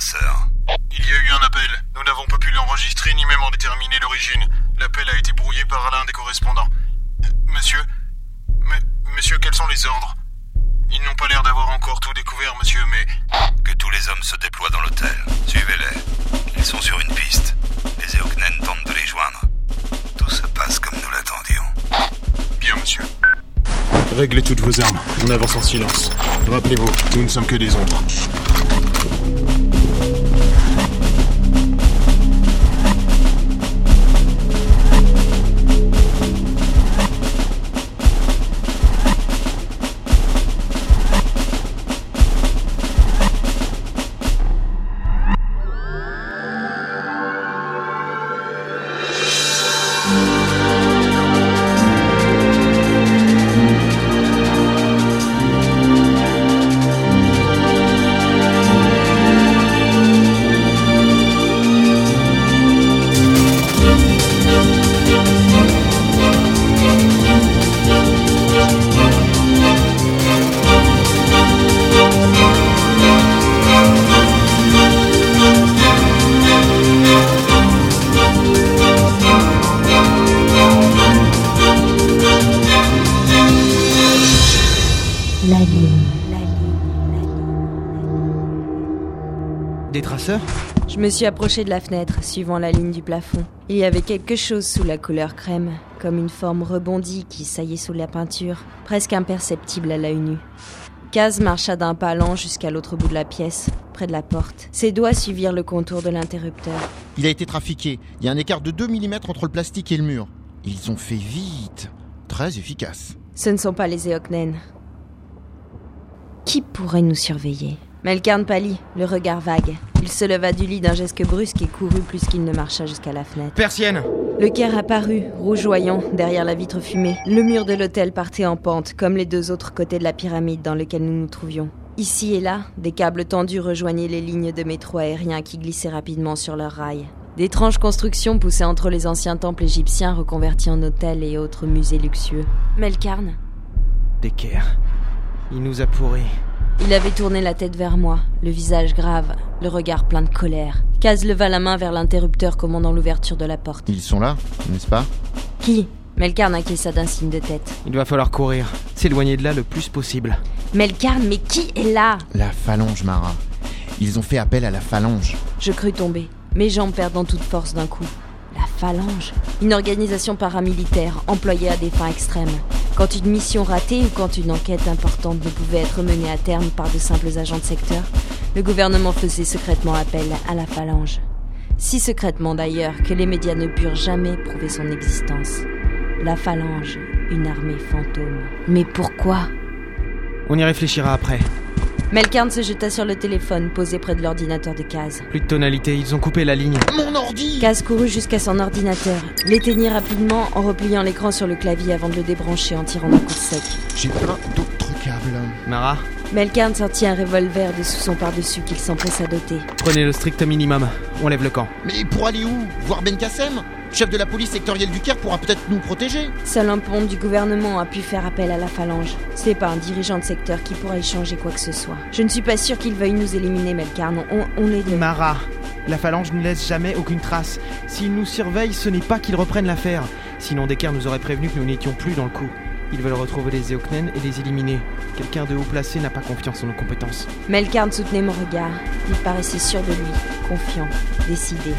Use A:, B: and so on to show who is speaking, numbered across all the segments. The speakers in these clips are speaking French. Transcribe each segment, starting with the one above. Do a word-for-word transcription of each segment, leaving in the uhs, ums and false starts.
A: traceur.
B: Il y a eu un appel. Nous n'avons pas pu l'enregistrer ni même en déterminer l'origine. L'appel a été brouillé par l'un des correspondants. Euh, monsieur M- Monsieur, quels sont les ordres? Ils n'ont pas l'air d'avoir encore tout découvert, monsieur, mais...
A: Que tous les hommes se déploient dans l'hôtel. Suivez-les. Ils sont sur une piste. Les Eoknen tentent de les joindre. Tout se passe comme nous l'attendions.
B: Bien, monsieur. Réglez toutes vos armes. On avance en silence. Rappelez-vous, nous ne sommes que des ombres.
C: La ligne.
D: Des traceurs ?
C: Je me suis approchée de la fenêtre, suivant la ligne du plafond. Il y avait quelque chose sous la couleur crème, comme une forme rebondie qui saillait sous la peinture, presque imperceptible à l'œil nu. Kaz marcha d'un pas lent jusqu'à l'autre bout de la pièce, près de la porte. Ses doigts suivirent le contour de l'interrupteur.
E: Il a été trafiqué. Il y a un écart de deux millimètres entre le plastique et le mur. Ils ont fait vite. Très efficace.
C: Ce ne sont pas les Eoknen. Qui pourrait nous surveiller ? Melkarn pâlit, le regard vague. Il se leva du lit d'un geste brusque et courut plus qu'il ne marcha jusqu'à la fenêtre.
D: Persienne !
C: Le Caire apparut, rougeoyant, derrière la vitre fumée. Le mur de l'hôtel partait en pente, comme les deux autres côtés de la pyramide dans lequel nous nous trouvions. Ici et là, des câbles tendus rejoignaient les lignes de métro aérien qui glissaient rapidement sur leurs rails. D'étranges constructions poussaient entre les anciens temples égyptiens reconvertis en hôtels et autres musées luxueux. Melkarn ?
D: Decker. Il nous a pourris.
C: Il avait tourné la tête vers moi, le visage grave, le regard plein de colère. Kaz leva la main vers l'interrupteur commandant l'ouverture de la porte.
E: Ils sont là, n'est-ce pas ?
C: Qui ? Melkarn acquiesça d'un signe de tête.
D: Il va falloir courir, s'éloigner de là le plus possible.
C: Melkarn, mais qui est là ?
E: La phalange, Mara. Ils ont fait appel à la phalange.
C: Je crus tomber, mes jambes perdant toute force d'un coup. La phalange ? Une organisation paramilitaire employée à des fins extrêmes. Quand une mission ratée ou quand une enquête importante ne pouvait être menée à terme par de simples agents de secteur, le gouvernement faisait secrètement appel à la phalange. Si secrètement d'ailleurs que les médias ne purent jamais prouver son existence. La phalange, une armée fantôme. Mais pourquoi ?
D: On y réfléchira après.
C: Melkarn se jeta sur le téléphone posé près de l'ordinateur de Kaz.
D: Plus de tonalité, ils ont coupé la ligne.
E: Mon ordi !
C: Kaz courut jusqu'à son ordinateur, l'éteignit rapidement en repliant l'écran sur le clavier avant de le débrancher en tirant d'un coup sec.
E: J'ai plein d'autres câbles.
D: Mara,
C: Melkarn sortit un revolver de sous son par-dessus qu'il s'empressa d'ôter.
D: prenez le strict minimum. On lève le camp.
E: Mais pour aller où ? Voir Ben Kassem ? Chef de la police sectorielle du Caire pourra peut-être nous protéger.
C: Seul un pont du gouvernement a pu faire appel à la phalange. C'est pas un dirigeant de secteur qui pourra y changer quoi que ce soit. Je ne suis pas sûr qu'il veuille nous éliminer, Melkarn. On, on est deux.
D: Mara, la phalange ne laisse jamais aucune trace. S'ils nous surveillent, ce n'est pas qu'ils reprennent l'affaire. Sinon Decker nous aurait prévenu que nous n'étions plus dans le coup. Ils veulent retrouver les Eoknen et les éliminer. Quelqu'un de haut placé n'a pas confiance en nos compétences.
C: Melkarn soutenait mon regard. Il paraissait sûr de lui, confiant, décidé.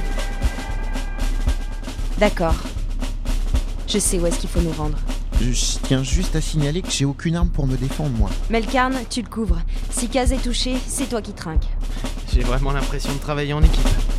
C: D'accord. Je sais où est-ce qu'il faut nous rendre.
E: Je tiens juste à signaler que j'ai aucune arme pour me défendre, moi.
C: Melkarn, tu le couvres. Si Kaz est touché, c'est toi qui trinques.
D: J'ai vraiment l'impression de travailler en équipe.